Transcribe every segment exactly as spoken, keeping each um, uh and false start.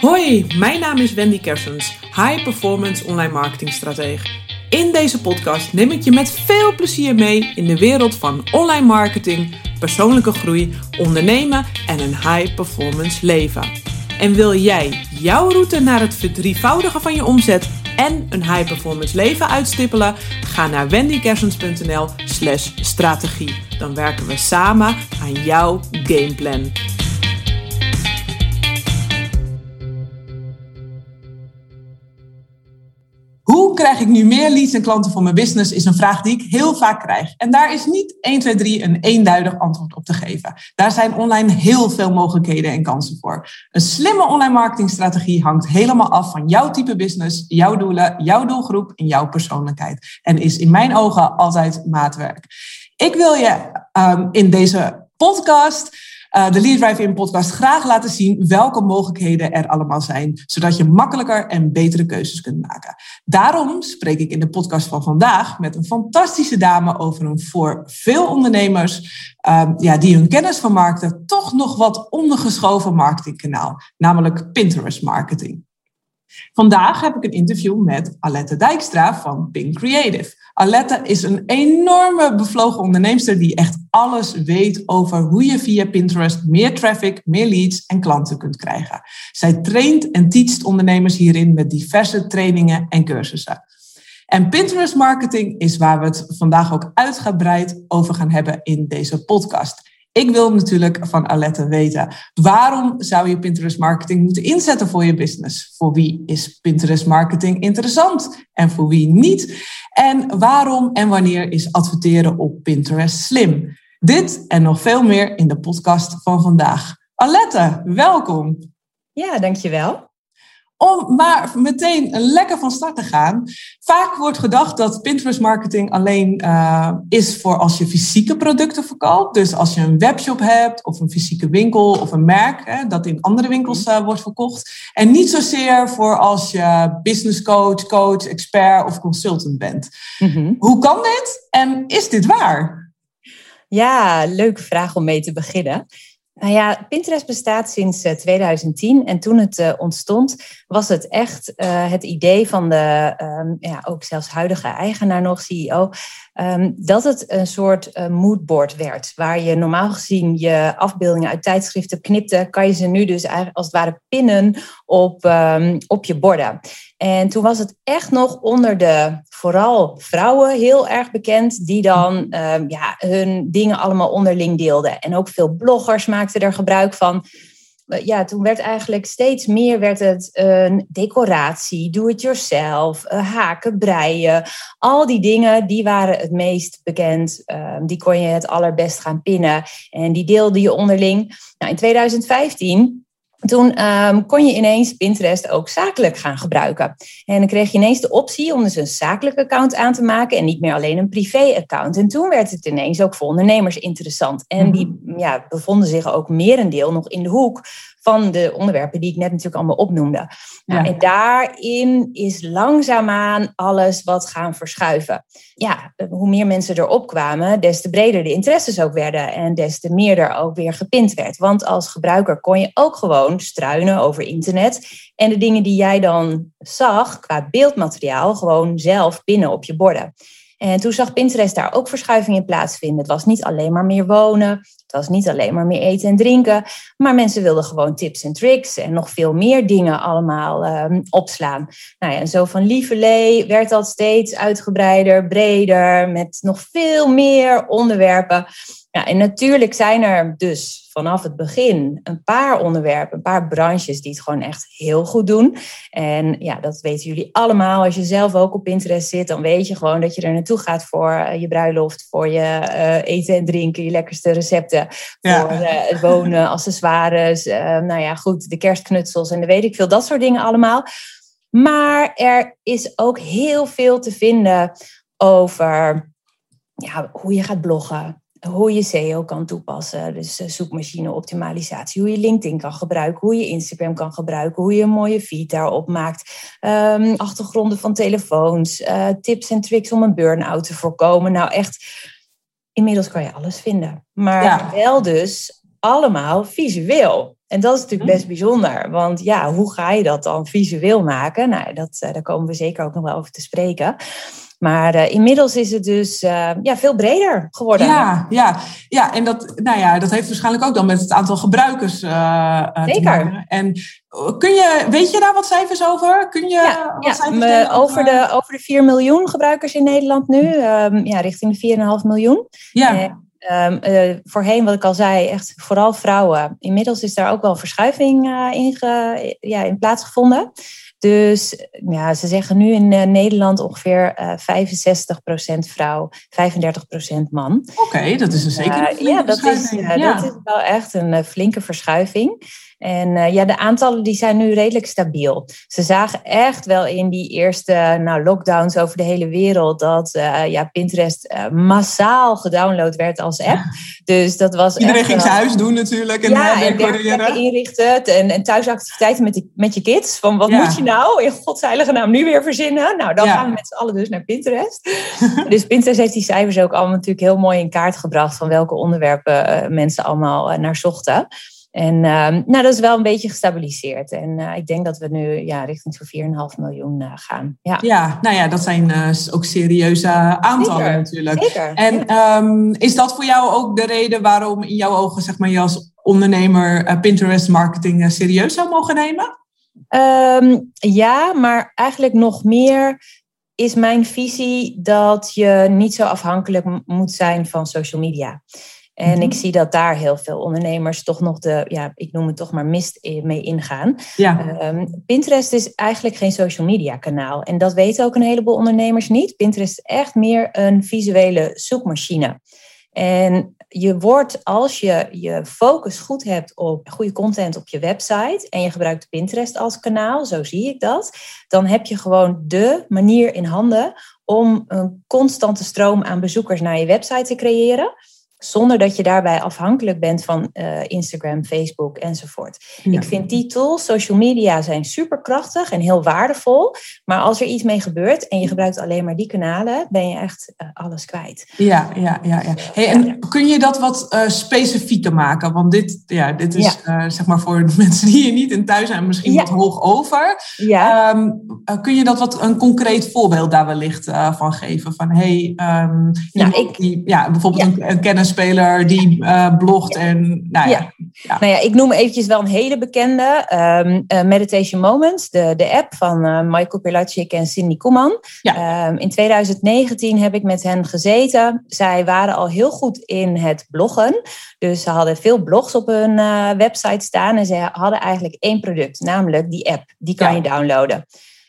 Hoi, mijn naam is Wendy Kersens, High Performance Online Marketing Stratege. In deze podcast neem ik je met veel plezier mee in de wereld van online marketing, persoonlijke groei, ondernemen en een high performance leven. En wil jij jouw route naar het verdrievoudigen van je omzet en een high performance leven uitstippelen? Ga naar wendykersens.nl slash strategie. Dan werken we samen aan jouw gameplan. Hoe krijg ik nu meer leads en klanten voor mijn business is een vraag die ik heel vaak krijg. En daar is niet één, twee, drie een eenduidig antwoord op te geven. Daar zijn online heel veel mogelijkheden en kansen voor. Een slimme online marketingstrategie hangt helemaal af van jouw type business, jouw doelen, jouw doelgroep en jouw persoonlijkheid. En is in mijn ogen altijd maatwerk. Ik wil je um, in deze podcast... Uh, de Lead Drive In podcast graag laten zien welke mogelijkheden er allemaal zijn, zodat je makkelijker en betere keuzes kunt maken. Daarom spreek ik in de podcast van vandaag met een fantastische dame over een voor veel ondernemers uh, ja, die hun kennis vermarkten toch nog wat ondergeschoven marketingkanaal, namelijk Pinterest marketing. Vandaag heb ik een interview met Alette Dijkstra van Pink Creative. Alette is een enorme bevlogen onderneemster die echt alles weet over hoe je via Pinterest meer traffic, meer leads en klanten kunt krijgen. Zij traint en teacht ondernemers hierin met diverse trainingen en cursussen. En Pinterest marketing is waar we het vandaag ook uitgebreid over gaan hebben in deze podcast. Ik wil natuurlijk van Alette weten, waarom zou je Pinterest marketing moeten inzetten voor je business? Voor wie is Pinterest marketing interessant en voor wie niet? En waarom en wanneer is adverteren op Pinterest slim? Dit en nog veel meer in de podcast van vandaag. Alette, welkom. Ja, dankjewel. Om maar meteen lekker van start te gaan. Vaak wordt gedacht dat Pinterest marketing alleen uh, is voor als je fysieke producten verkoopt. Dus als je een webshop hebt of een fysieke winkel of een merk hè, dat in andere winkels uh, wordt verkocht. En niet zozeer voor als je business coach, coach, expert of consultant bent. Mm-hmm. Hoe kan dit en is dit waar? Ja, leuke vraag om mee te beginnen. Nou ja, Pinterest bestaat sinds tweeduizend tien en toen het uh, ontstond was het echt uh, het idee van de, um, ja, ook zelfs huidige eigenaar nog, C E O, um, dat het een soort uh, moodboard werd. Waar je normaal gezien je afbeeldingen uit tijdschriften knipte, kan je ze nu dus eigenlijk als het ware pinnen op, um, op je borden. En toen was het echt nog onder de, vooral vrouwen, heel erg bekend, die dan um, ja, hun dingen allemaal onderling deelden. En ook veel bloggers maakten er gebruik van. Ja, toen werd eigenlijk steeds meer werd het een decoratie, do-it-yourself, haken, breien. Al die dingen, die waren het meest bekend. Um, die kon je het allerbest gaan pinnen. En die deelde je onderling. Nou, in tweeduizend vijftien... Toen um, kon je ineens Pinterest ook zakelijk gaan gebruiken. En dan kreeg je ineens de optie om dus een zakelijk account aan te maken en niet meer alleen een privé-account. En toen werd het ineens ook voor ondernemers interessant. En die ja, bevonden zich ook merendeel nog in de hoek van de onderwerpen die ik net natuurlijk allemaal opnoemde. Nou, ja. En daarin is langzaamaan alles wat gaan verschuiven. Ja, hoe meer mensen erop kwamen, des te breder de interesses ook werden en des te meer er ook weer gepind werd. Want als gebruiker kon je ook gewoon struinen over internet en de dingen die jij dan zag qua beeldmateriaal gewoon zelf pinnen op je borden. En toen zag Pinterest daar ook verschuiving in plaatsvinden. Het was niet alleen maar meer wonen, het was niet alleen maar meer eten en drinken, maar mensen wilden gewoon tips en tricks en nog veel meer dingen allemaal um, opslaan. Nou ja, en zo van lieverlee werd dat steeds uitgebreider, breder, met nog veel meer onderwerpen. Ja, en natuurlijk zijn er dus vanaf het begin een paar onderwerpen, een paar branches die het gewoon echt heel goed doen. En ja, dat weten jullie allemaal. Als je zelf ook op Pinterest zit, dan weet je gewoon dat je er naartoe gaat voor je bruiloft, voor je uh, eten en drinken, je lekkerste recepten, ja. voor uh, het wonen, accessoires, uh, nou ja, goed, de kerstknutsels en de weet ik veel, dat soort dingen allemaal. Maar er is ook heel veel te vinden over ja, hoe je gaat bloggen. Hoe je S E O kan toepassen, dus zoekmachine-optimalisatie. Hoe je LinkedIn kan gebruiken, hoe je Instagram kan gebruiken. Hoe je een mooie feed daarop maakt. Um, achtergronden van telefoons. Uh, tips en tricks om een burn-out te voorkomen. Nou echt, inmiddels kan je alles vinden. Maar ja. wel dus allemaal visueel. En dat is natuurlijk best bijzonder. Want ja, hoe ga je dat dan visueel maken? Nou, dat, uh, daar komen we zeker ook nog wel over te spreken. Maar uh, inmiddels is het dus uh, ja, veel breder geworden. Ja, ja, ja, en dat, nou ja, dat heeft waarschijnlijk ook dan met het aantal gebruikers uh, uh, te maken. En kun je, weet je daar wat cijfers over? Kun je ja, wat ja, cijfers me, delen over, over, de, over de vier miljoen gebruikers in Nederland nu. Um, ja, richting de vier komma vijf miljoen. Ja. En, Um, uh, voorheen, wat ik al zei, echt vooral vrouwen. Inmiddels is daar ook wel verschuiving uh, in, ge, ja, in plaatsgevonden. Dus ja, ze zeggen nu in uh, Nederland ongeveer uh, vijfenzestig procent vrouw, vijfendertig procent man. Oké, okay, dat is een zeker een flinke uh, ja, dat verschuiving. Is, uh, ja, dat is wel echt een uh, flinke verschuiving. En uh, ja, de aantallen die zijn nu redelijk stabiel. Ze zagen echt wel in die eerste nou, lockdowns over de hele wereld dat uh, ja, Pinterest uh, massaal gedownload werd als app. Dus dat was Iedereen echt, ging uh, zijn huis doen natuurlijk. En ja, en werkplekken inrichten en, en thuisactiviteiten met, die, met je kids. Van wat ja. moet je nou in godsheilige naam nu weer verzinnen? Nou, dan ja. gaan we met z'n allen dus naar Pinterest. Dus Pinterest heeft die cijfers ook allemaal natuurlijk heel mooi in kaart gebracht van welke onderwerpen uh, mensen allemaal uh, naar zochten. En uh, nou, dat is wel een beetje gestabiliseerd. En uh, ik denk dat we nu ja, richting zo'n vier komma vijf miljoen uh, gaan. Ja. ja, nou ja, dat zijn uh, ook serieuze aantallen zeker, natuurlijk. Zeker. En um, is dat voor jou ook de reden waarom in jouw ogen, zeg maar, je als ondernemer uh, Pinterest marketing uh, serieus zou mogen nemen? Um, ja, maar eigenlijk nog meer is mijn visie dat je niet zo afhankelijk m- moet zijn van social media. En mm-hmm. ik zie dat daar heel veel ondernemers toch nog de, ja, ik noem het toch maar mist mee ingaan. Ja. Um, Pinterest is eigenlijk geen social media kanaal. En dat weten ook een heleboel ondernemers niet. Pinterest is echt meer een visuele zoekmachine. En je wordt, als je je focus goed hebt op goede content op je website en je gebruikt Pinterest als kanaal, zo zie ik dat, dan heb je gewoon de manier in handen om een constante stroom aan bezoekers naar je website te creëren. Zonder dat je daarbij afhankelijk bent van uh, Instagram, Facebook enzovoort. Ja. Ik vind die tools, social media, zijn superkrachtig en heel waardevol. Maar als er iets mee gebeurt en je gebruikt alleen maar die kanalen, ben je echt uh, alles kwijt. Ja, ja, ja. ja. Hey, en ja. kun je dat wat uh, specifieker maken? Want dit, ja, dit is ja. uh, zeg maar voor de mensen die hier niet in thuis zijn misschien ja. wat hoog over. Ja. Um, uh, kun je dat wat een concreet voorbeeld daar wellicht uh, van geven? Van hey, um, nou, ik, die, ja, bijvoorbeeld ja. een, een kennis speler die uh, blogt en nou ja. ja. ja. Nou ja, ik noem eventjes wel een hele bekende. Um, uh, Meditation Moments, de, de app van uh, Michael Pilacic en Cindy Koeman. Ja. Um, in twintig negentien heb ik met hen gezeten. Zij waren al heel goed in het bloggen. Dus ze hadden veel blogs op hun uh, website staan. En ze hadden eigenlijk één product, namelijk die app. Die kan ja. je downloaden.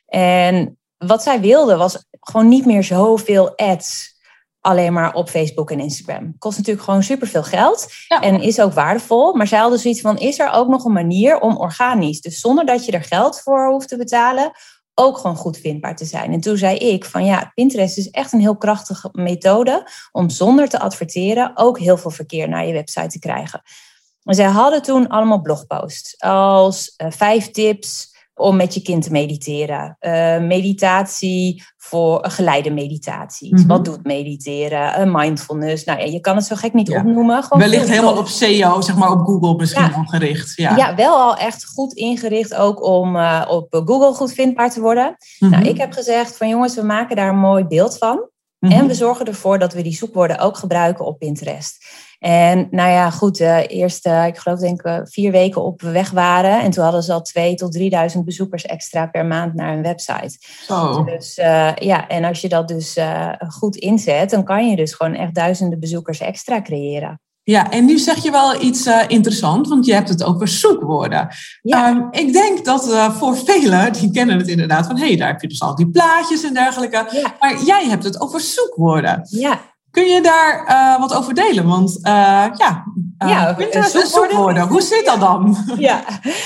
En wat zij wilden was gewoon niet meer zoveel ads alleen maar op Facebook en Instagram. Kost natuurlijk gewoon superveel geld. Ja. En is ook waardevol. Maar zij hadden zoiets van, is er ook nog een manier om organisch, dus zonder dat je er geld voor hoeft te betalen, ook gewoon goed vindbaar te zijn. En toen zei ik van ja, Pinterest is echt een heel krachtige methode om zonder te adverteren ook heel veel verkeer naar je website te krijgen. En zij hadden toen allemaal blogposts als uh, vijf tips om met je kind te mediteren. Uh, meditatie voor uh, geleide meditaties. Mm-hmm. Wat doet mediteren? Uh, mindfulness. Nou ja, je kan het zo gek niet ja. opnoemen. Gewoon wellicht helemaal op S E O, zeg maar op Google misschien ja. al gericht. Ja. ja, wel al echt goed ingericht ook om uh, op Google goed vindbaar te worden. Mm-hmm. Nou, ik heb gezegd van jongens, we maken daar een mooi beeld van. Mm-hmm. En we zorgen ervoor dat we die zoekwoorden ook gebruiken op Pinterest. En nou ja, goed, uh, eerst, uh, ik geloof denk ik uh, vier weken op weg waren. En toen hadden ze al twee tot drieduizend bezoekers extra per maand naar hun website. Oh. Dus uh, ja, en als je dat dus uh, goed inzet, dan kan je dus gewoon echt duizenden bezoekers extra creëren. Ja, en nu zeg je wel iets uh, interessants, want je hebt het over zoekwoorden. Ja. Um, ik denk dat uh, voor velen, die kennen het inderdaad van, hé, hey, daar heb je dus al die plaatjes en dergelijke. Ja. Maar jij hebt het over zoekwoorden. Ja. Kun je daar uh, wat over delen? Want uh, ja, uh, ja Pinterest zoekwoorden. zoekwoorden. Hoe zit dat dan? Ja,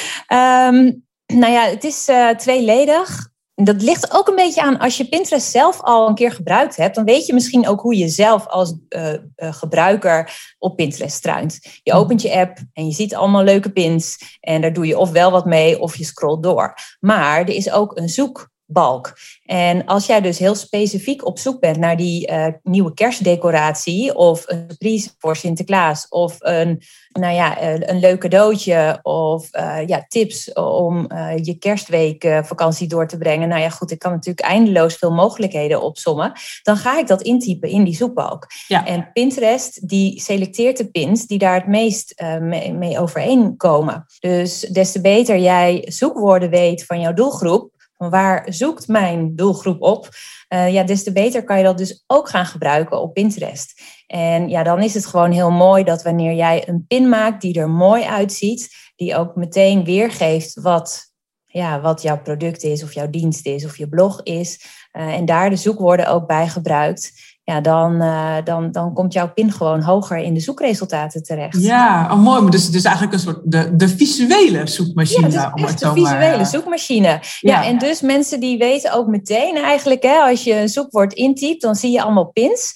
um, nou ja, het is uh, tweeledig. Dat ligt ook een beetje aan, als je Pinterest zelf al een keer gebruikt hebt, dan weet je misschien ook hoe je zelf als uh, uh, gebruiker op Pinterest struint. Je opent je app en je ziet allemaal leuke pins en daar doe je of wel wat mee of je scrolt door. Maar er is ook een zoek balk. En als jij dus heel specifiek op zoek bent naar die uh, nieuwe kerstdecoratie of een surprise voor Sinterklaas of een, nou ja, een leuk cadeautje of uh, ja, tips om uh, je kerstweekvakantie door te brengen. Nou ja, goed, ik kan natuurlijk eindeloos veel mogelijkheden opsommen. Dan ga ik dat intypen in die zoekbalk. Ja. En Pinterest die selecteert de pins die daar het meest uh, mee, mee overeenkomen. Dus des te beter jij zoekwoorden weet van jouw doelgroep, waar zoekt mijn doelgroep op? Uh, ja, des te beter kan je dat dus ook gaan gebruiken op Pinterest. En ja, dan is het gewoon heel mooi dat wanneer jij een pin maakt die er mooi uitziet, die ook meteen weergeeft wat, ja, wat jouw product is, of jouw dienst is, of je blog is, uh, en daar de zoekwoorden ook bij gebruikt, ja, dan, uh, dan, dan komt jouw pin gewoon hoger in de zoekresultaten terecht. Ja, oh, mooi. Maar dus het is eigenlijk een soort de, de visuele zoekmachine. Ja, om het de visuele maar, zoekmachine. Ja, ja, en dus mensen die weten ook meteen eigenlijk, hè, als je een zoekwoord intypt, dan zie je allemaal pins.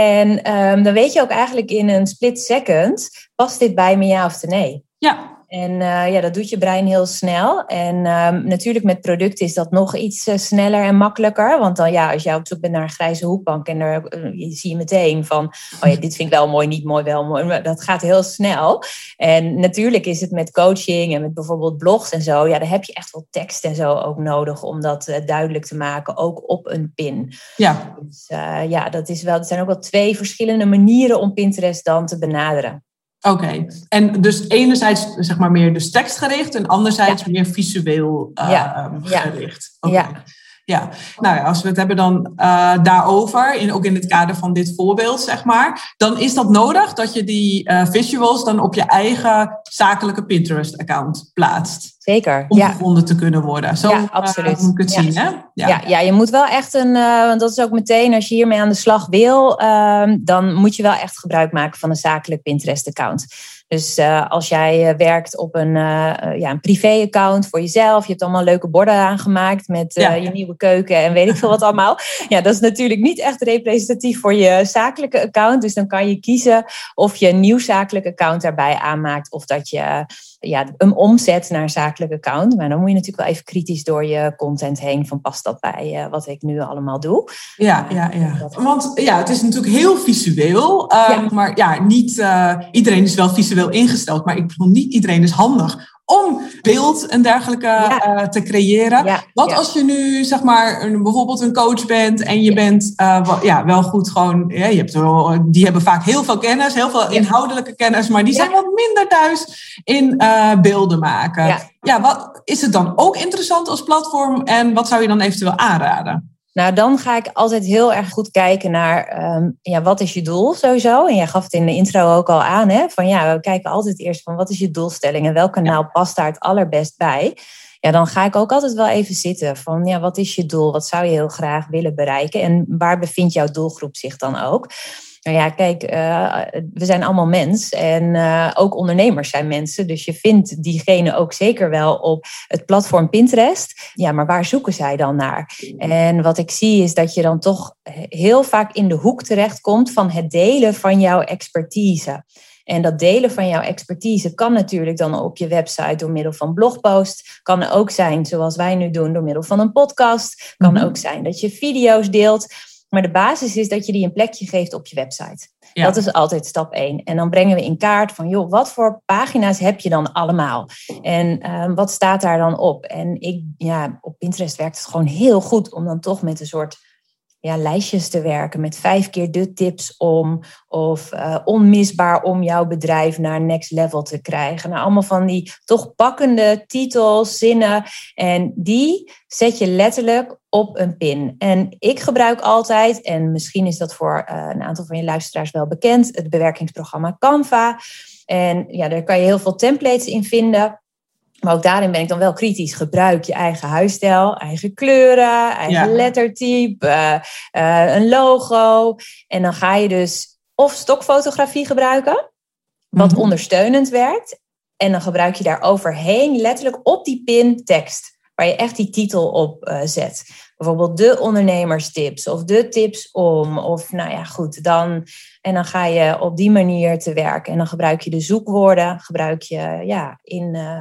En um, dan weet je ook eigenlijk in een split second, past dit bij me ja of nee? Ja. En uh, ja, dat doet je brein heel snel. En um, natuurlijk met producten is dat nog iets uh, sneller en makkelijker. Want dan ja, als jij op zoek bent naar een grijze hoekbank en er, uh, je zie je meteen van, oh ja, dit vind ik wel mooi, niet mooi, wel mooi. Maar dat gaat heel snel. En natuurlijk is het met coaching en met bijvoorbeeld blogs en zo, ja, daar heb je echt wel tekst en zo ook nodig om dat uh, duidelijk te maken, ook op een pin. Ja. Dus uh, ja, dat is wel, er zijn ook wel twee verschillende manieren om Pinterest dan te benaderen. Oké, okay. En dus enerzijds zeg maar meer dus tekstgericht en anderzijds ja. meer visueel uh, ja. gericht. Okay. Ja. Ja, nou ja, als we het hebben dan uh, daarover, in, ook in het kader van dit voorbeeld, zeg maar, dan is dat nodig dat je die uh, visuals dan op je eigen zakelijke Pinterest-account plaatst. Zeker, om ja. gevonden te kunnen worden. Zo ja, absoluut. Uh, moet ik het ja. zien, hè? Ja. Ja, ja, je moet wel echt een, uh, want dat is ook meteen, als je hiermee aan de slag wil, uh, dan moet je wel echt gebruik maken van een zakelijk Pinterest-account. Dus uh, als jij uh, werkt op een, uh, ja, een privé-account voor jezelf, je hebt allemaal leuke borden aangemaakt met uh, ja. je nieuwe keuken en weet ik veel wat allemaal. Ja, dat is natuurlijk niet echt representatief voor je zakelijke account. Dus dan kan je kiezen of je een nieuw zakelijk account daarbij aanmaakt of dat je ja, hem omzet naar een zakelijk account. Maar dan moet je natuurlijk wel even kritisch door je content heen van past dat bij uh, wat ik nu allemaal doe. Ja, ja, ja. Want ja, het is natuurlijk heel visueel. Uh, ja. Maar ja, niet uh, iedereen is wel visueel ingesteld, maar ik bedoel, niet iedereen is handig om beeld en dergelijke ja. uh, te creëren. Ja, Wat ja. als je nu, zeg maar, een, bijvoorbeeld een coach bent en je ja. bent uh, wel, ja, wel goed gewoon, ja, je hebt wel, die hebben vaak heel veel kennis, heel veel ja. inhoudelijke kennis, maar die zijn ja. wat minder thuis in uh, beelden maken. Ja, ja wat, is het dan ook interessant als platform en wat zou je dan eventueel aanraden? Nou, dan ga ik altijd heel erg goed kijken naar, um, ja, wat is je doel sowieso? En jij gaf het in de intro ook al aan, hè? Van ja, we kijken altijd eerst van wat is je doelstelling en welk kanaal ja. past daar het allerbest bij? Ja, dan ga ik ook altijd wel even zitten van, ja, wat is je doel? Wat zou je heel graag willen bereiken? En waar bevindt jouw doelgroep zich dan ook? Nou ja, kijk, uh, we zijn allemaal mens en uh, ook ondernemers zijn mensen. Dus je vindt diegene ook zeker wel op het platform Pinterest. Ja, maar waar zoeken zij dan naar? En wat ik zie is dat je dan toch heel vaak in de hoek terechtkomt van het delen van jouw expertise. En dat delen van jouw expertise kan natuurlijk dan op je website door middel van blogpost. Kan ook zijn, zoals wij nu doen, door middel van een podcast. Kan mm-hmm. ook zijn dat je video's deelt. Maar de basis is dat je die een plekje geeft op je website. Ja. Dat is altijd stap één. En dan brengen we in kaart van, joh, wat voor pagina's heb je dan allemaal? En uh, wat staat daar dan op? En ik, ja, op Pinterest werkt het gewoon heel goed om dan toch met een soort ja, lijstjes te werken. Met vijf keer de tips om, of uh, onmisbaar om jouw bedrijf naar next level te krijgen. Nou, allemaal van die toch pakkende titels, zinnen. En die zet je letterlijk op een pin. En ik gebruik altijd, en misschien is dat voor uh, een aantal van je luisteraars wel bekend, het bewerkingsprogramma Canva. En ja, daar kan je heel veel templates in vinden. Maar ook daarin ben ik dan wel kritisch. Gebruik je eigen huisstijl, eigen kleuren, eigen ja. lettertype, uh, uh, een logo. En dan ga je dus of stokfotografie gebruiken, wat mm-hmm. ondersteunend werkt. En dan gebruik je daar overheen letterlijk op die pin tekst, waar je echt die titel op uh, zet. Bijvoorbeeld de ondernemerstips of de tips om. Of nou ja, goed, dan. En dan ga je op die manier te werk. En dan gebruik je de zoekwoorden, gebruik je ja, in... Uh,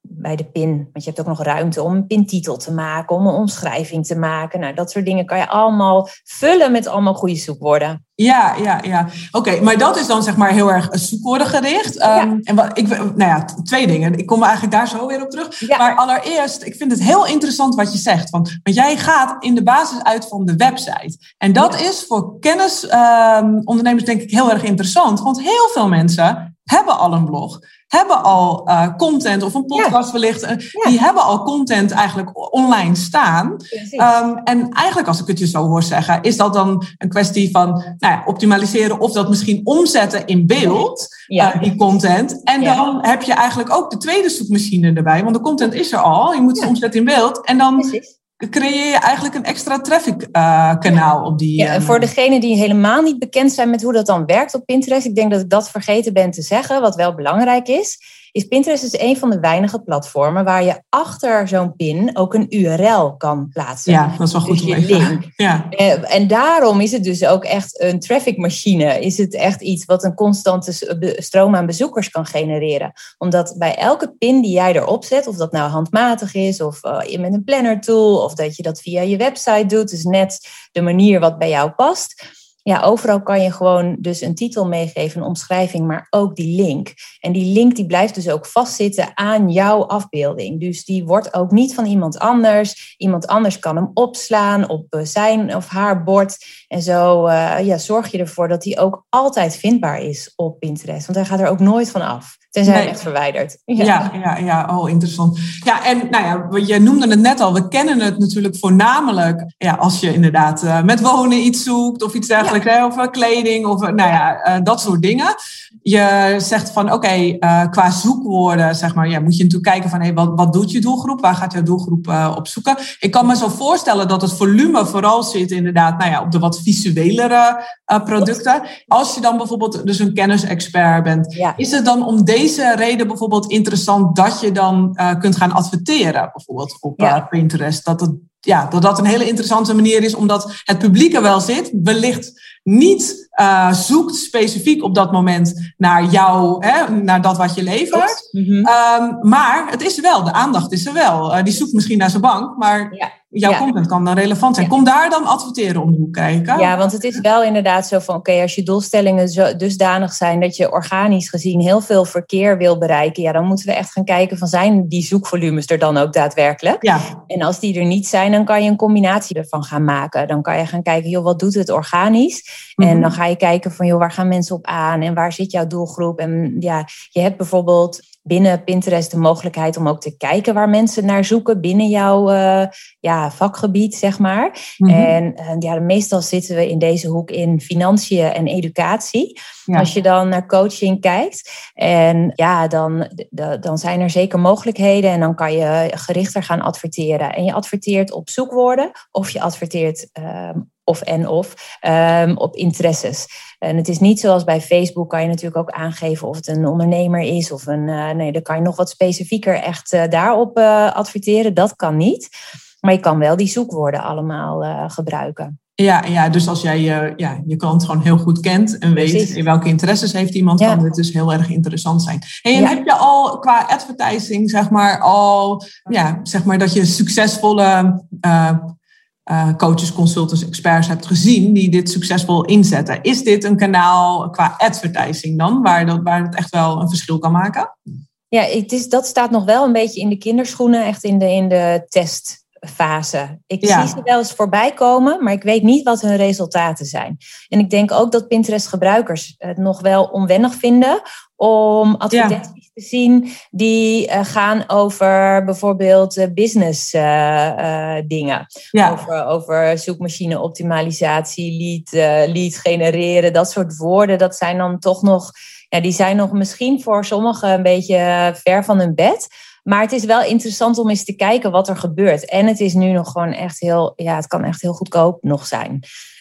bij de pin. Want je hebt ook nog ruimte om een pintitel te maken, om een omschrijving te maken. Nou, dat soort dingen kan je allemaal vullen met allemaal goede zoekwoorden. Ja, ja, ja. Oké, okay, maar dat is dan zeg maar heel erg zoekwoordengericht. Um, ja. En wat ik, nou ja, twee dingen. Ik kom eigenlijk daar zo weer op terug. Ja. Maar allereerst, ik vind het heel interessant wat je zegt. Want, want jij gaat in de basis uit van de website. En dat ja. is voor kennisondernemers um, denk ik heel erg interessant. Want heel veel mensen hebben al een blog. Hebben al uh, content of een podcast ja. wellicht. Uh, ja. Die hebben al content eigenlijk online staan. Um, en eigenlijk als ik het je zo hoor zeggen, is dat dan een kwestie van nou ja, optimaliseren of dat misschien omzetten in beeld, ja. uh, die content. En ja. dan heb je eigenlijk ook de tweede zoekmachine erbij. Want de content is er al. Je moet het ja. omzetten in beeld. En dan Precies. creëer je eigenlijk een extra traffic uh, kanaal ja. op die... Ja, en voor degenen die helemaal niet bekend zijn met hoe dat dan werkt op Pinterest, ik denk dat ik dat vergeten ben te zeggen, wat wel belangrijk is, is Pinterest is een van de weinige platformen waar je achter zo'n pin ook een U R L kan plaatsen. Ja, dat is wel goed. Dus je link. Ja. En daarom is het dus ook echt een trafficmachine. Is het echt iets wat een constante stroom aan bezoekers kan genereren. Omdat bij elke pin die jij erop zet, of dat nou handmatig is, of uh, met een planner tool, of dat je dat via je website doet, dus net de manier wat bij jou past. Ja, overal kan je gewoon dus een titel meegeven, een omschrijving, maar ook die link. En die link die blijft dus ook vastzitten aan jouw afbeelding. Dus die wordt ook niet van iemand anders. Iemand anders kan hem opslaan op zijn of haar bord. En zo uh, ja, zorg je ervoor dat die ook altijd vindbaar is op Pinterest. Want hij gaat er ook nooit van af. Tenzij hij echt verwijderd. Ja. Ja, ja, ja, oh, interessant. Ja, en nou ja, je noemde het net al. We kennen het natuurlijk voornamelijk ja, als je inderdaad uh, met wonen iets zoekt of iets dergelijks. Ja. Of uh, kleding of uh, nou ja, uh, dat soort dingen. Je zegt van oké, okay, uh, qua zoekwoorden zeg maar, ja, moet je natuurlijk kijken van hey, wat, wat doet je doelgroep? Waar gaat jouw doelgroep uh, op zoeken? Ik kan me zo voorstellen dat het volume vooral zit inderdaad nou ja, op de wat visuelere uh, producten. Als je dan bijvoorbeeld dus een kennisexpert bent, ja. is het dan om deze deze reden bijvoorbeeld interessant dat je dan uh, kunt gaan adverteren, bijvoorbeeld op ja. uh, Pinterest. Dat, het, ja, dat dat een hele interessante manier is, omdat het publiek er wel zit, wellicht niet uh, zoekt specifiek op dat moment naar jou, hè, naar dat wat je levert. Mm-hmm. Um, maar het is er wel, de aandacht is er wel. Uh, die zoekt misschien naar zijn bank, maar ja. jouw ja. content kan dan relevant zijn. Ja. Kom daar dan adverteren om de hoek kijken. Ja, want het is wel inderdaad zo van, oké, okay, als je doelstellingen zo dusdanig zijn dat je organisch gezien heel veel verkeer wil bereiken, ja, dan moeten we echt gaan kijken van, zijn die zoekvolumes er dan ook daadwerkelijk? Ja. En als die er niet zijn, dan kan je een combinatie ervan gaan maken. Dan kan je gaan kijken, joh, wat doet het organisch? Mm-hmm. En dan ga je kijken van, joh, waar gaan mensen op aan? En waar zit jouw doelgroep? En ja, je hebt bijvoorbeeld binnen Pinterest de mogelijkheid om ook te kijken waar mensen naar zoeken binnen jouw uh, ja, vakgebied, zeg maar. Mm-hmm. En uh, ja, meestal zitten we in deze hoek in financiën en educatie. Ja. Als je dan naar coaching kijkt, en ja, dan, de, dan zijn er zeker mogelijkheden en dan kan je gerichter gaan adverteren. En je adverteert op zoekwoorden of je adverteert um, of en of um, op interesses. En het is niet zoals bij Facebook, kan je natuurlijk ook aangeven of het een ondernemer is of een, uh, nee, dan kan je nog wat specifieker echt uh, daarop uh, adverteren. Dat kan niet. Maar je kan wel die zoekwoorden allemaal uh, gebruiken. Ja, ja, dus als jij uh, ja, je klant gewoon heel goed kent en weet Precies. in welke interesses heeft iemand, ja. kan dit dus heel erg interessant zijn. En ja. heb je al qua advertising, zeg maar, al ja, zeg maar dat je succesvolle uh, uh, coaches, consultants, experts hebt gezien die dit succesvol inzetten. Is dit een kanaal qua advertising dan, waar, dat, waar het echt wel een verschil kan maken? Ja, het is, dat staat nog wel een beetje in de kinderschoenen, echt in de, in de test. Fase. Ik ja. zie ze wel eens voorbij komen, maar ik weet niet wat hun resultaten zijn. En ik denk ook dat Pinterest-gebruikers het nog wel onwennig vinden om advertenties ja. te zien die uh, gaan over bijvoorbeeld uh, business uh, uh, dingen. Ja. Over, over zoekmachine optimalisatie, lead, uh, lead genereren, dat soort woorden. Dat zijn dan toch nog, ja, die zijn nog misschien voor sommigen een beetje ver van hun bed. Maar het is wel interessant om eens te kijken wat er gebeurt. En het is nu nog gewoon echt heel, ja, het kan echt heel goedkoop nog zijn.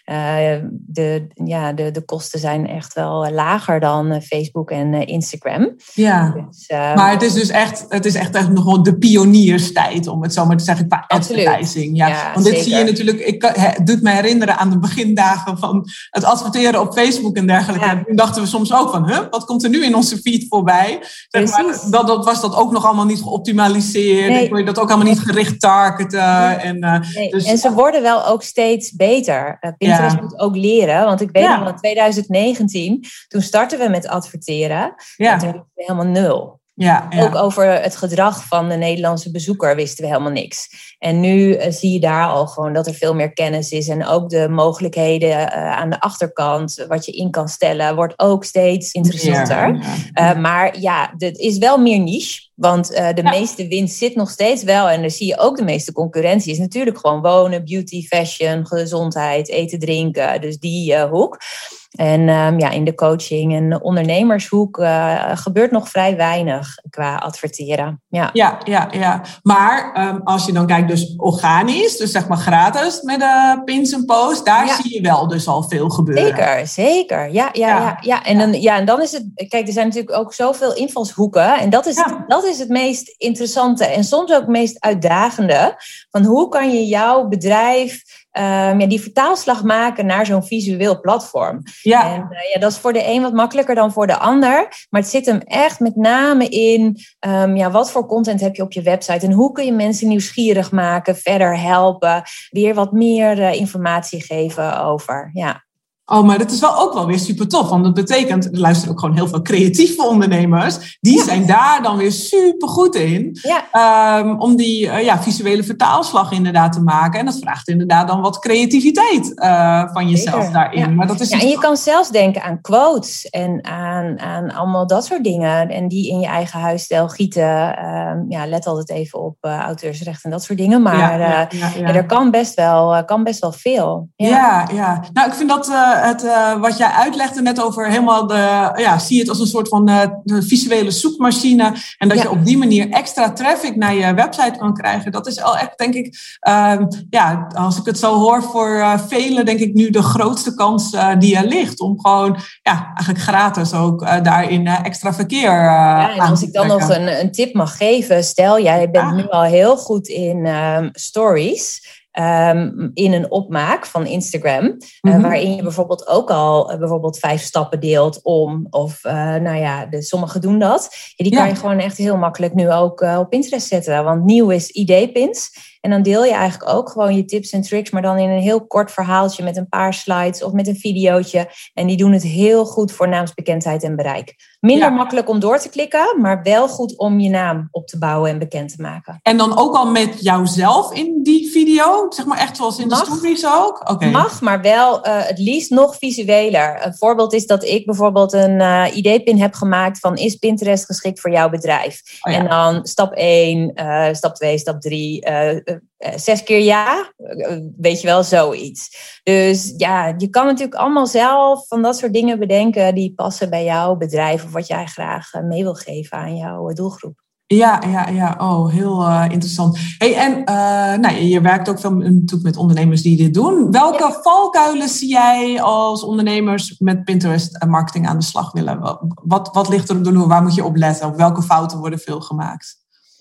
Uh, de, ja, de, de kosten zijn echt wel lager dan uh, Facebook en uh, Instagram. Ja, dus, uh, maar het is dus echt, het is echt nog de pionierstijd, om het zo maar te zeggen, qua advertising. Ja, ja, want dit zeker. Zie je natuurlijk, ik, het doet me herinneren aan de begindagen van het adverteren op Facebook en dergelijke. Ja. Toen dachten we soms ook van, huh, wat komt er nu in onze feed voorbij? Zeg maar, dat, dat was dat ook nog allemaal niet geoptimaliseerd. Nee. Kon je dat ook allemaal niet gericht targeten. Nee. En, uh, nee. dus, en ze worden wel ook steeds beter. Uh, Pinterest ja. moet ook leren. Want ik weet ja. nog in twintig negentien, toen startten we met adverteren. Ja. En toen wisten we helemaal nul. Ja, ja. Ook over het gedrag van de Nederlandse bezoeker wisten we helemaal niks. En nu uh, zie je daar al gewoon dat er veel meer kennis is. En ook de mogelijkheden uh, aan de achterkant, wat je in kan stellen, wordt ook steeds interessanter. Ja, ja. Uh, maar ja, het is wel meer niche. Want uh, de ja. meeste winst zit nog steeds wel. En dan zie je ook de meeste concurrentie. Is natuurlijk gewoon wonen, beauty, fashion, gezondheid, eten, drinken. Dus die uh, hoek. En um, ja, in de coaching en de ondernemershoek uh, gebeurt nog vrij weinig qua adverteren. Ja, ja, ja. ja. Maar um, als je dan kijkt dus organisch, dus zeg maar gratis met de pins en posts, daar ja. zie je wel dus al veel gebeuren. Zeker, zeker. Ja, ja, ja. ja, ja. En, dan, ja, en dan is het, kijk, er zijn natuurlijk ook zoveel invalshoeken. En dat is, ja. het, dat is het meest interessante en soms ook het meest uitdagende. Van hoe kan je jouw bedrijf... Um, ja, die vertaalslag maken naar zo'n visueel platform. Ja. En uh, ja, dat is voor de een wat makkelijker dan voor de ander. Maar het zit hem echt met name in... Um, ja, wat voor content heb je op je website? En hoe kun je mensen nieuwsgierig maken, verder helpen? Weer wat meer uh, informatie geven over... Ja. Oh, maar dat is wel ook wel weer super tof. Want dat betekent, er luisteren ook gewoon heel veel creatieve ondernemers. Die ja. zijn daar dan weer super goed in. Ja. Um, om die uh, ja, visuele vertaalslag inderdaad te maken. En dat vraagt inderdaad dan wat creativiteit uh, van jezelf Zeker. daarin. Ja. Maar dat is ja, en je kan zelfs denken aan quotes. En aan, aan allemaal dat soort dingen. En die in je eigen huisstijl gieten. Um, ja, let altijd even op uh, auteursrecht en dat soort dingen. Maar ja, ja, ja, ja. Uh, er kan best wel, uh, kan best wel veel. Ja, ja. ja. Nou, ik vind dat... Uh, Het, uh, wat jij uitlegde net over helemaal de, ja, zie het als een soort van uh, de visuele zoekmachine. En dat ja. je op die manier extra traffic naar je website kan krijgen. Dat is al echt, denk ik, uh, ja, als ik het zo hoor, voor uh, velen denk ik nu de grootste kans uh, die er ligt. Om gewoon, ja, eigenlijk gratis ook uh, daarin uh, extra verkeer uh, ja, en als ik dan nog een, een tip mag geven. Stel, jij bent ja. nu al heel goed in um, stories. Um, in een opmaak van Instagram, uh, mm-hmm. waarin je bijvoorbeeld ook al uh, bijvoorbeeld vijf stappen deelt om, of uh, nou ja, de, sommigen doen dat. Ja, die kan ja. je gewoon echt heel makkelijk nu ook uh, op Pinterest zetten, want nieuw is idee-pins. En dan deel je eigenlijk ook gewoon je tips en tricks, maar dan in een heel kort verhaaltje met een paar slides of met een videootje. En die doen het heel goed voor naamsbekendheid en bereik. Minder ja. makkelijk om door te klikken, maar wel goed om je naam op te bouwen en bekend te maken. En dan ook al met jouzelf in die video? Zeg maar echt zoals in Mag. de stories ook? Okay. Mag, maar wel uh, het liefst nog visueler. Een voorbeeld is dat ik bijvoorbeeld een uh, idee-pin heb gemaakt van is Pinterest geschikt voor jouw bedrijf? Oh ja. En dan stap één, uh, stap twee, stap drie... Uh, uh, zes keer ja, weet je wel, zoiets. Dus ja, je kan natuurlijk allemaal zelf van dat soort dingen bedenken die passen bij jouw bedrijf of wat jij graag mee wil geven aan jouw doelgroep. Ja, ja, ja. Oh, heel uh, interessant. Hey, en uh, nou, je werkt ook veel natuurlijk met ondernemers die dit doen. Welke ja. valkuilen zie jij als ondernemers met Pinterest marketing aan de slag willen? Wat, wat ligt er op de loer? Waar moet je op letten? Op welke fouten worden veel gemaakt?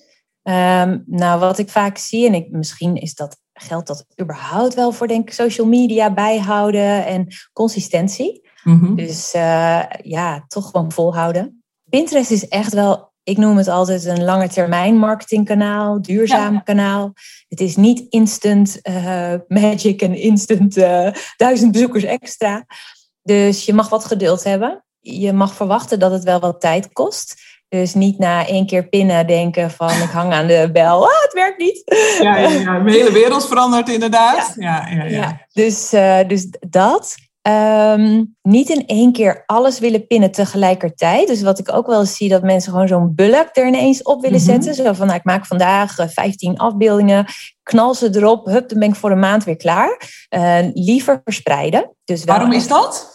Um, nou, wat ik vaak zie, en ik, misschien is dat, geldt dat überhaupt wel voor, denk ik, social media bijhouden en consistentie. Mm-hmm. Dus uh, ja, toch gewoon volhouden. Pinterest is echt wel, ik noem het altijd een lange termijn marketingkanaal, duurzaam ja. kanaal. Het is niet instant uh, magic en instant uh, duizend bezoekers extra. Dus je mag wat geduld hebben. Je mag verwachten dat het wel wat tijd kost. Dus niet na één keer pinnen denken van ik hang aan de bel. Ah, het werkt niet. Ja, ja, ja. De hele wereld verandert inderdaad. Ja. Ja, ja, ja. Ja, dus, uh, dus dat. Um, niet in één keer alles willen pinnen tegelijkertijd. Dus wat ik ook wel eens zie, dat mensen gewoon zo'n bulk er ineens op willen mm-hmm. zetten. Zo van, nou, ik maak vandaag vijftien afbeeldingen. Knal ze erop. Hup, dan ben ik voor een maand weer klaar. Uh, liever verspreiden. Dus wel Waarom is dat?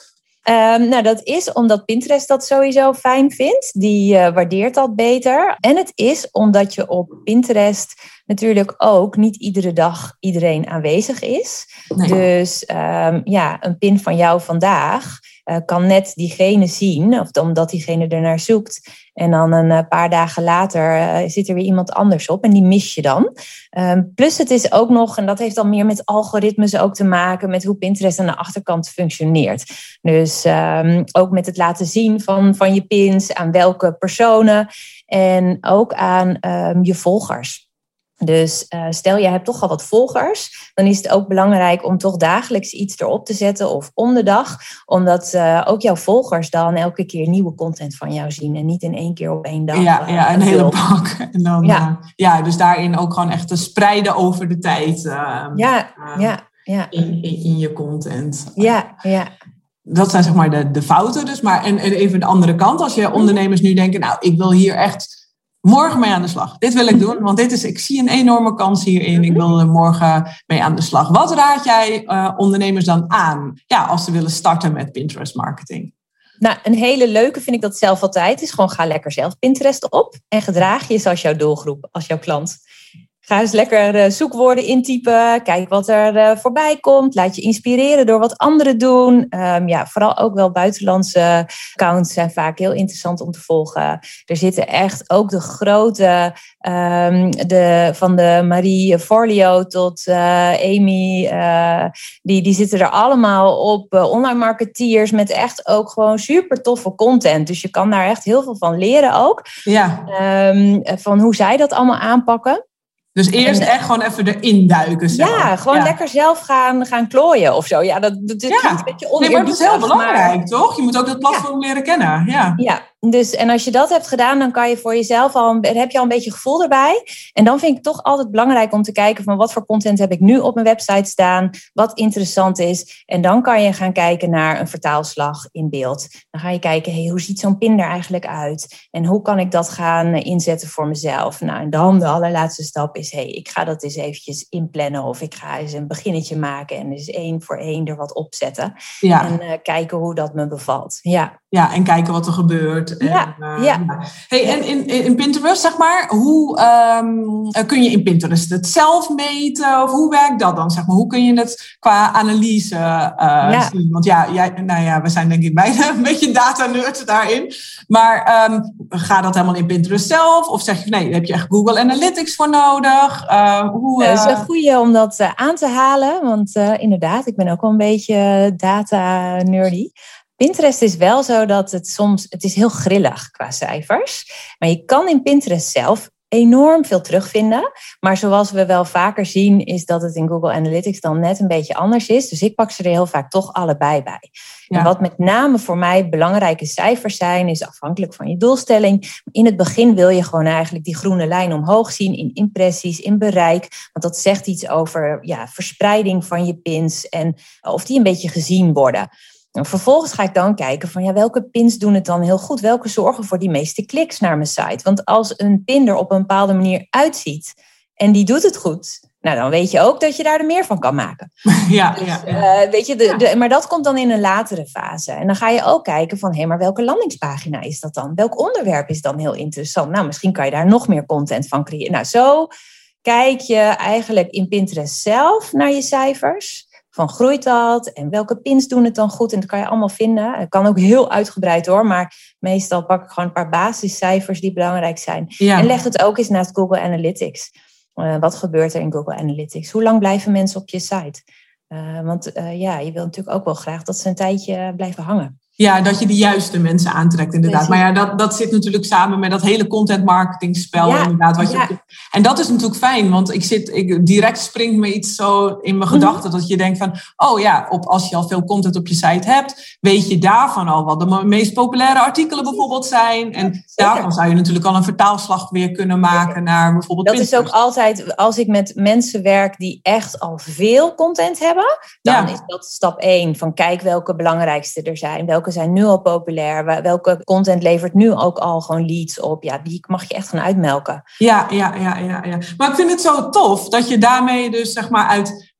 Um, nou, dat is omdat Pinterest dat sowieso fijn vindt. Die uh, waardeert dat beter. En het is omdat je op Pinterest natuurlijk ook niet iedere dag iedereen aanwezig is. Nee. Dus um, ja, een pin van jou vandaag uh, kan net diegene zien, of omdat diegene ernaar zoekt. En dan een uh, paar dagen later uh, zit er weer iemand anders op en die mis je dan. Um, plus het is ook nog, en dat heeft dan meer met algoritmes ook te maken, met hoe Pinterest aan de achterkant functioneert. Dus um, ook met het laten zien van, van je pins, aan welke personen en ook aan um, je volgers. Dus uh, stel, je hebt toch al wat volgers, dan is het ook belangrijk om toch dagelijks iets erop te zetten of om de dag. Omdat uh, ook jouw volgers dan elke keer nieuwe content van jou zien en niet in één keer op één dag. Ja, uh, ja een hele bak. En dan, ja. Uh, ja, dus daarin ook gewoon echt te spreiden over de tijd. Uh, ja, uh, ja, ja. In, in, in je content. Ja, ja. Dat zijn zeg maar de, de fouten dus. Maar en, en even de andere kant, als je ondernemers nu denken, nou, ik wil hier echt morgen mee aan de slag. Dit wil ik doen, want dit is, ik zie een enorme kans hierin. Ik wil er morgen mee aan de slag. Wat raad jij uh, ondernemers dan aan? Ja, als ze willen starten met Pinterest marketing. Nou, een hele leuke vind ik dat zelf altijd is. Gewoon ga lekker zelf Pinterest op. En gedraag je eens als jouw doelgroep, als jouw klant. Ga eens lekker zoekwoorden intypen. Kijk wat er voorbij komt. Laat je inspireren door wat anderen doen. Um, ja, vooral ook wel buitenlandse accounts zijn vaak heel interessant om te volgen. Er zitten echt ook de grote, um, de, van de Marie Forleo tot uh, Amy. Uh, die, die zitten er allemaal op. Uh, online marketeers met echt ook gewoon super toffe content. Dus je kan daar echt heel veel van leren ook. Ja. Um, van hoe zij dat allemaal aanpakken. Dus eerst en, echt gewoon even erin duiken zelf. Ja, gewoon ja. lekker zelf gaan, gaan klooien of zo. Ja, dat, dat is ja. een beetje oneerbiedig. Nee, maar dat is heel belangrijk, maar toch? Je moet ook dat platform ja. leren kennen. Ja. ja, dus en als je dat hebt gedaan, dan kan je voor jezelf al, een, heb je al een beetje gevoel erbij. En dan vind ik het toch altijd belangrijk om te kijken van wat voor content heb ik nu op mijn website staan, wat interessant is. En dan kan je gaan kijken naar een vertaalslag in beeld. Dan ga je kijken, hey, hoe ziet zo'n pin er eigenlijk uit? En hoe kan ik dat gaan inzetten voor mezelf? Nou, en dan de allerlaatste stap is, hey, ik ga dat eens eventjes inplannen of ik ga eens een beginnetje maken en dus één voor één er wat opzetten. Ja. En uh, kijken hoe dat me bevalt. Ja. Ja, en kijken wat er gebeurt. En, ja, uh, ja. ja. Hey, en in, in Pinterest, zeg maar, hoe um, kun je in Pinterest het zelf meten? Of hoe werkt dat dan, zeg maar? Hoe kun je het qua analyse uh, ja. zien? Want ja, jij, nou ja, we zijn denk ik beide een beetje data-nerds daarin. Maar um, gaat dat helemaal in Pinterest zelf? Of zeg je, nee, daar heb je echt Google Analytics voor nodig? Uh, hoe, uh... Het is een goeie om dat uh, aan te halen. Want uh, inderdaad, ik ben ook wel een beetje data-nerdy. Pinterest is wel zo dat het soms, het is heel grillig qua cijfers. Maar je kan in Pinterest zelf enorm veel terugvinden. Maar zoals we wel vaker zien, is dat het in Google Analytics dan net een beetje anders is. Dus ik pak ze er heel vaak toch allebei bij. Ja. En wat met name voor mij belangrijke cijfers zijn, is afhankelijk van je doelstelling. In het begin wil je gewoon eigenlijk die groene lijn omhoog zien in impressies, in bereik. Want dat zegt iets over ja, verspreiding van je pins en of die een beetje gezien worden. En vervolgens ga ik dan kijken van ja, welke pins doen het dan heel goed? Welke zorgen voor die meeste kliks naar mijn site? Want als een pin er op een bepaalde manier uitziet en die doet het goed, nou dan weet je ook dat je daar er meer van kan maken. Ja, dus, ja, ja. Uh, weet je, de, de, maar dat komt dan in een latere fase. En dan ga je ook kijken van hé, maar welke landingspagina is dat dan? Welk onderwerp is dan heel interessant? Nou, misschien kan je daar nog meer content van creëren. Nou, zo kijk je eigenlijk in Pinterest zelf naar je cijfers. Van groeit dat en welke pins doen het dan goed? En dat kan je allemaal vinden. Het kan ook heel uitgebreid hoor, maar meestal pak ik gewoon een paar basiscijfers die belangrijk zijn. Ja. En leg het ook eens naast Google Analytics. Uh, wat gebeurt er in Google Analytics? Hoe lang blijven mensen op je site? Uh, want uh, ja, je wil natuurlijk ook wel graag dat ze een tijdje blijven hangen. Ja, dat je de juiste mensen aantrekt inderdaad. Maar ja, dat, dat zit natuurlijk samen met dat hele content marketing spel ja, inderdaad. Wat je ja. En dat is natuurlijk fijn, want ik zit, ik, direct springt me iets zo in mijn gedachten mm-hmm. dat je denkt van, oh ja, op, als je al veel content op je site hebt, weet je daarvan al wat de meest populaire artikelen bijvoorbeeld zijn. En ja, daarvan zou je natuurlijk al een vertaalslag weer kunnen maken naar bijvoorbeeld Dat Pinterest. Is ook altijd, als ik met mensen werk die echt al veel content hebben, dan ja. is dat stap één van kijk welke belangrijkste er zijn, welke zijn nu al populair. Welke content levert nu ook al gewoon leads op? Ja, die mag je echt gaan uitmelken. Ja, ja, ja, ja, ja. Maar ik vind het zo tof dat je daarmee dus zeg maar uit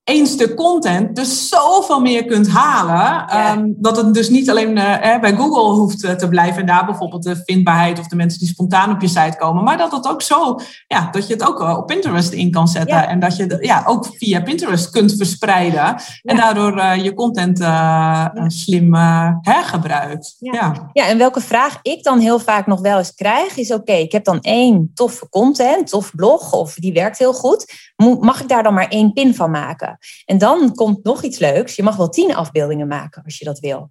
één stuk content dus zoveel meer kunt halen. Ja. Um, dat het dus niet alleen uh, bij Google hoeft uh, te blijven. En daar bijvoorbeeld de vindbaarheid of de mensen die spontaan op je site komen. Maar dat het ook zo, ja, dat je het ook uh, op Pinterest in kan zetten. Ja. En dat je het ja, ook via Pinterest kunt verspreiden. Ja. En daardoor uh, je content uh, ja. slim uh, hergebruikt. Ja. Ja. ja, en welke vraag ik dan heel vaak nog wel eens krijg is... oké, okay, ik heb dan één toffe content of blog of die werkt heel goed. Mag ik daar dan maar één pin van maken? En dan komt nog iets leuks. Je mag wel tien afbeeldingen maken als je dat wil.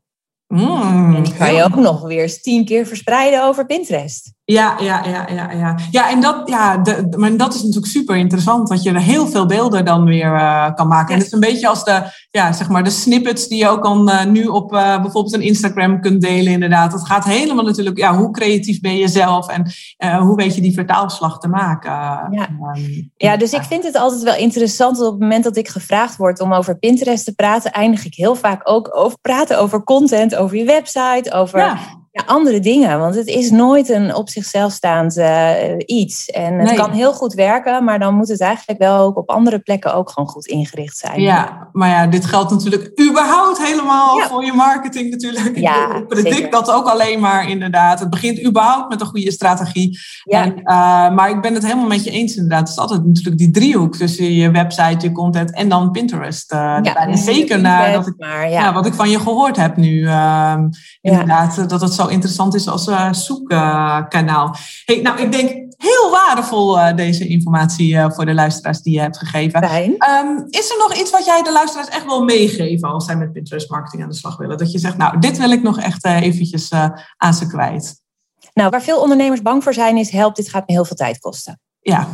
Mm, en die kan je ook nog weer eens tien keer verspreiden over Pinterest. Ja, ja, ja, ja, ja. Ja, en dat, ja, de, maar dat is natuurlijk super interessant, dat je er heel veel beelden dan weer uh, kan maken. Ja. En het is een beetje als de, ja, zeg maar de snippets die je ook dan uh, nu op uh, bijvoorbeeld een Instagram kunt delen, inderdaad. Het gaat helemaal natuurlijk, ja, hoe creatief ben je zelf en uh, hoe weet je die vertaalslag te maken. Ja. Um, ja, dus ik vind het altijd wel interessant dat op het moment dat ik gevraagd word om over Pinterest te praten, eindig ik heel vaak ook over praten over content, over je website, over... Ja. Ja, andere dingen, want het is nooit een op zichzelf staand uh, iets. En het nee. kan heel goed werken, maar dan moet het eigenlijk wel ook op andere plekken ook gewoon goed ingericht zijn. Ja, maar ja, dit geldt natuurlijk überhaupt helemaal ja. voor je marketing natuurlijk. Ja, ik predict zeker. Dat ook alleen maar inderdaad. Het begint überhaupt met een goede strategie. Ja. En, uh, maar ik ben het helemaal met je eens inderdaad. Het is altijd natuurlijk die driehoek tussen je website, je content en dan Pinterest. Uh, ja, en zeker nadat ik, maar, ja. Ja, wat ik van je gehoord heb nu. Uh, inderdaad, ja. dat het zo interessant is als uh, zoekkanaal. Uh, hey, nou, ik denk heel waardevol uh, deze informatie uh, voor de luisteraars die je hebt gegeven. Um, is er nog iets wat jij de luisteraars echt wil meegeven als zij met Pinterest marketing aan de slag willen? Dat je zegt, nou, dit wil ik nog echt uh, eventjes uh, aan ze kwijt. Nou, waar veel ondernemers bang voor zijn is, help, dit gaat me heel veel tijd kosten. Ja.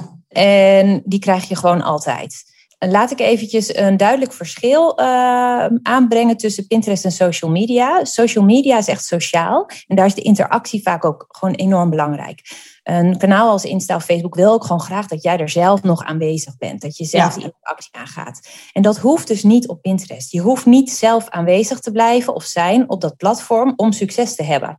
En die krijg je gewoon altijd. Laat ik eventjes een duidelijk verschil uh, aanbrengen tussen Pinterest en social media. Social media is echt sociaal en daar is de interactie vaak ook gewoon enorm belangrijk. Een kanaal als Insta of Facebook wil ook gewoon graag dat jij er zelf nog aanwezig bent. Dat je zelf ja. die interactie aangaat. En dat hoeft dus niet op Pinterest. Je hoeft niet zelf aanwezig te blijven of zijn op dat platform om succes te hebben.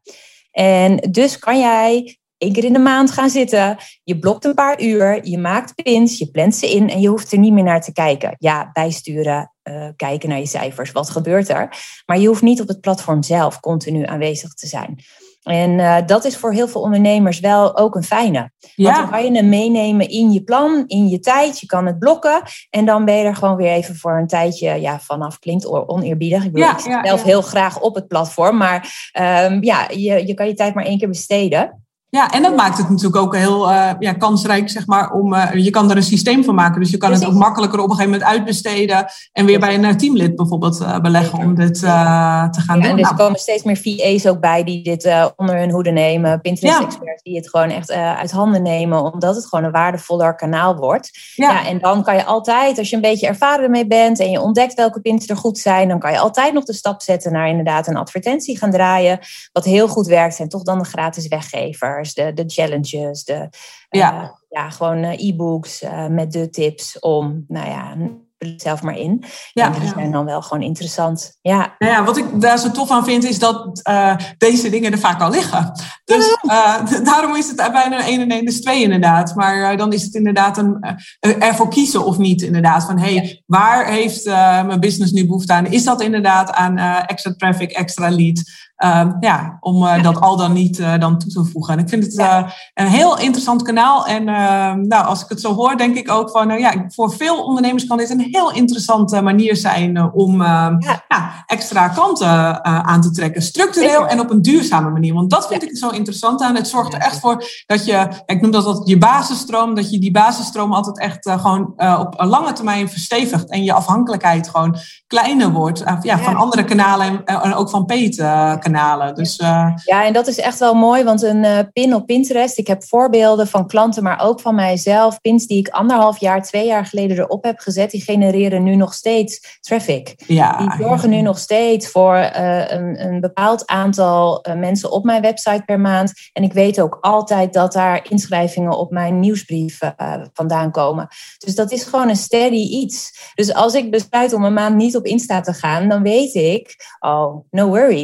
En dus kan jij één keer in de maand gaan zitten. Je blokt een paar uur, je maakt pins, je plant ze in en je hoeft er niet meer naar te kijken. Ja, bijsturen, uh, kijken naar je cijfers, wat gebeurt er? Maar je hoeft niet op het platform zelf continu aanwezig te zijn. En uh, dat is voor heel veel ondernemers wel ook een fijne. Ja. Want dan kan je hem meenemen in je plan, in je tijd. Je kan het blokken en dan ben je er gewoon weer even voor een tijdje ja, vanaf. Klinkt oneerbiedig. Ik bedoel, ja, ik zit ja, zelf ja. heel graag op het platform. Maar um, ja, je, je kan je tijd maar één keer besteden. Ja, en dat maakt het natuurlijk ook heel uh, ja, kansrijk, zeg maar, om uh, je kan er een systeem van maken. Dus je kan Precies. het ook makkelijker op een gegeven moment uitbesteden en weer bij een teamlid bijvoorbeeld uh, beleggen om dit uh, te gaan ja, doen. En dus nou. er komen steeds meer V A's ook bij die dit uh, onder hun hoede nemen. Pinterest-experts ja. die het gewoon echt uh, uit handen nemen, omdat het gewoon een waardevoller kanaal wordt. Ja. Ja, en dan kan je altijd, als je een beetje ervaren ermee bent en je ontdekt welke pins er goed zijn, dan kan je altijd nog de stap zetten naar inderdaad een advertentie gaan draaien. Wat heel goed werkt zijn toch dan de gratis weggevers, de, de challenges, de ja. Uh, ja, gewoon uh, e-books uh, met de tips om, nou ja, zelf maar in. Ja, en die ja. zijn dan wel gewoon interessant. Ja. Nou ja, wat ik daar zo tof aan vind, is dat uh, deze dingen er vaak al liggen. Dus uh, daarom is het bijna één en één is twee inderdaad. Maar uh, dan is het inderdaad een, uh, ervoor kiezen of niet inderdaad. Van hey, ja. waar heeft uh, mijn business nu behoefte aan? Is dat inderdaad aan uh, extra traffic, extra lead? Uh, ja, om uh, ja. dat al dan niet uh, dan toe te voegen. En ik vind het uh, ja. een heel interessant kanaal. En uh, nou, als ik het zo hoor, denk ik ook van, uh, ja, voor veel ondernemers kan dit een heel interessante manier zijn uh, om uh, ja. Ja, extra klanten uh, aan te trekken. Structureel Zeker. En op een duurzame manier. Want dat vind ja. ik zo interessant aan. Het zorgt er echt voor dat je, ja, ik noem dat altijd je basisstroom, dat je die basisstroom altijd echt uh, gewoon uh, op een lange termijn verstevigt. En je afhankelijkheid gewoon kleiner wordt uh, ja, ja. van andere kanalen en, uh, en ook van paid uh, kanalen. Dus, uh... Ja, en dat is echt wel mooi, want een uh, pin op Pinterest, ik heb voorbeelden van klanten, maar ook van mijzelf, pins die ik anderhalf jaar, twee jaar geleden erop heb gezet, die genereren nu nog steeds traffic. Ja, die zorgen ja. nu nog steeds voor uh, een, een bepaald aantal uh, mensen op mijn website per maand. En ik weet ook altijd dat daar inschrijvingen op mijn nieuwsbrief uh, vandaan komen. Dus dat is gewoon een steady iets. Dus als ik besluit om een maand niet op Insta te gaan, dan weet ik, oh, no worries. Er is altijd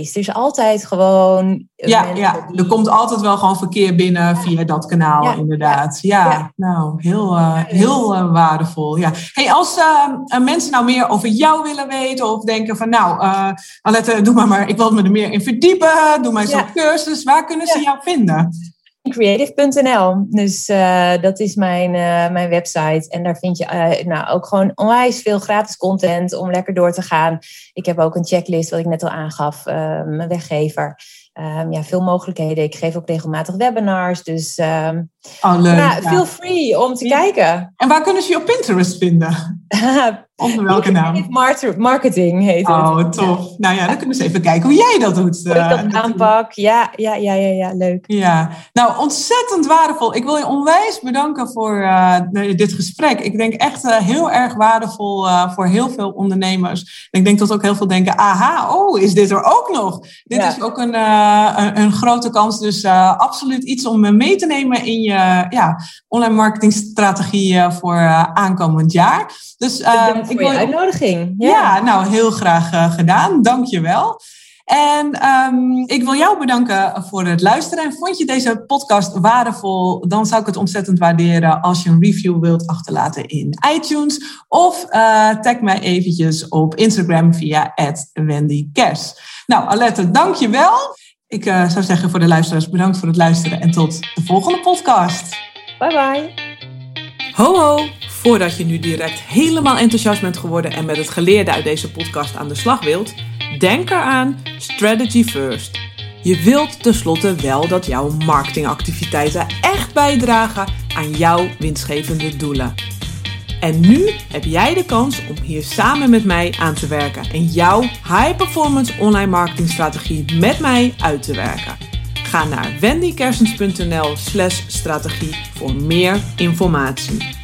altijd gewoon... Ja, ja, die... er komt altijd wel gewoon verkeer binnen ja. via dat kanaal, ja, inderdaad. Ja, ja, ja. nou, heel, uh, heel uh, waardevol. Ja. Hey, als uh, mensen nou meer over jou willen weten of denken van, nou, uh, Alette, doe maar maar, ik wil me er meer in verdiepen, doe maar zo'n ja. cursus, waar kunnen ze ja. jou vinden? creative punt n l. Dus uh, dat is mijn, uh, mijn website. En daar vind je uh, nou, ook gewoon onwijs veel gratis content om lekker door te gaan. Ik heb ook een checklist, wat ik net al aangaf, uh, mijn weggever. Um, ja, veel mogelijkheden. Ik geef ook regelmatig webinars. Dus um, oh, leuk, ja, ja. feel free om te ja. kijken. En waar kunnen ze je op Pinterest vinden? Onder welke naam? Marketing heet het. Oh, tof. Ja. Nou ja, dan kunnen ze even kijken hoe jij dat doet. Hoe ik dat uh, aanpak. Ja, ja, ja, ja, ja, leuk. Ja, nou ontzettend waardevol. Ik wil je onwijs bedanken voor uh, dit gesprek. Ik denk echt uh, heel erg waardevol uh, voor heel veel ondernemers. En ik denk dat ook heel veel denken, aha, oh, is dit er ook nog? Dit ja. is ook een, uh, een, een grote kans. Dus uh, absoluut iets om mee te nemen in je ja, online marketingstrategie uh, voor uh, aankomend jaar. Dus, uh, Bedankt voor ik wil je uitnodiging. Ja. ja, nou heel graag uh, gedaan. Dank je wel. En um, ik wil jou bedanken voor het luisteren. En vond je deze podcast waardevol, dan zou ik het ontzettend waarderen als je een review wilt achterlaten in iTunes. Of uh, tag mij eventjes op Instagram via at Wendy Kers. Nou, Alette, dank je wel. Ik uh, zou zeggen voor de luisteraars bedankt voor het luisteren en tot de volgende podcast. Bye bye. Ho ho! Voordat je nu direct helemaal enthousiast bent geworden en met het geleerde uit deze podcast aan de slag wilt, denk eraan strategy first. Je wilt tenslotte wel dat jouw marketingactiviteiten echt bijdragen aan jouw winstgevende doelen. En nu heb jij de kans om hier samen met mij aan te werken en jouw high performance online marketingstrategie met mij uit te werken. Ga naar wendykersens punt n l slash strategie voor meer informatie.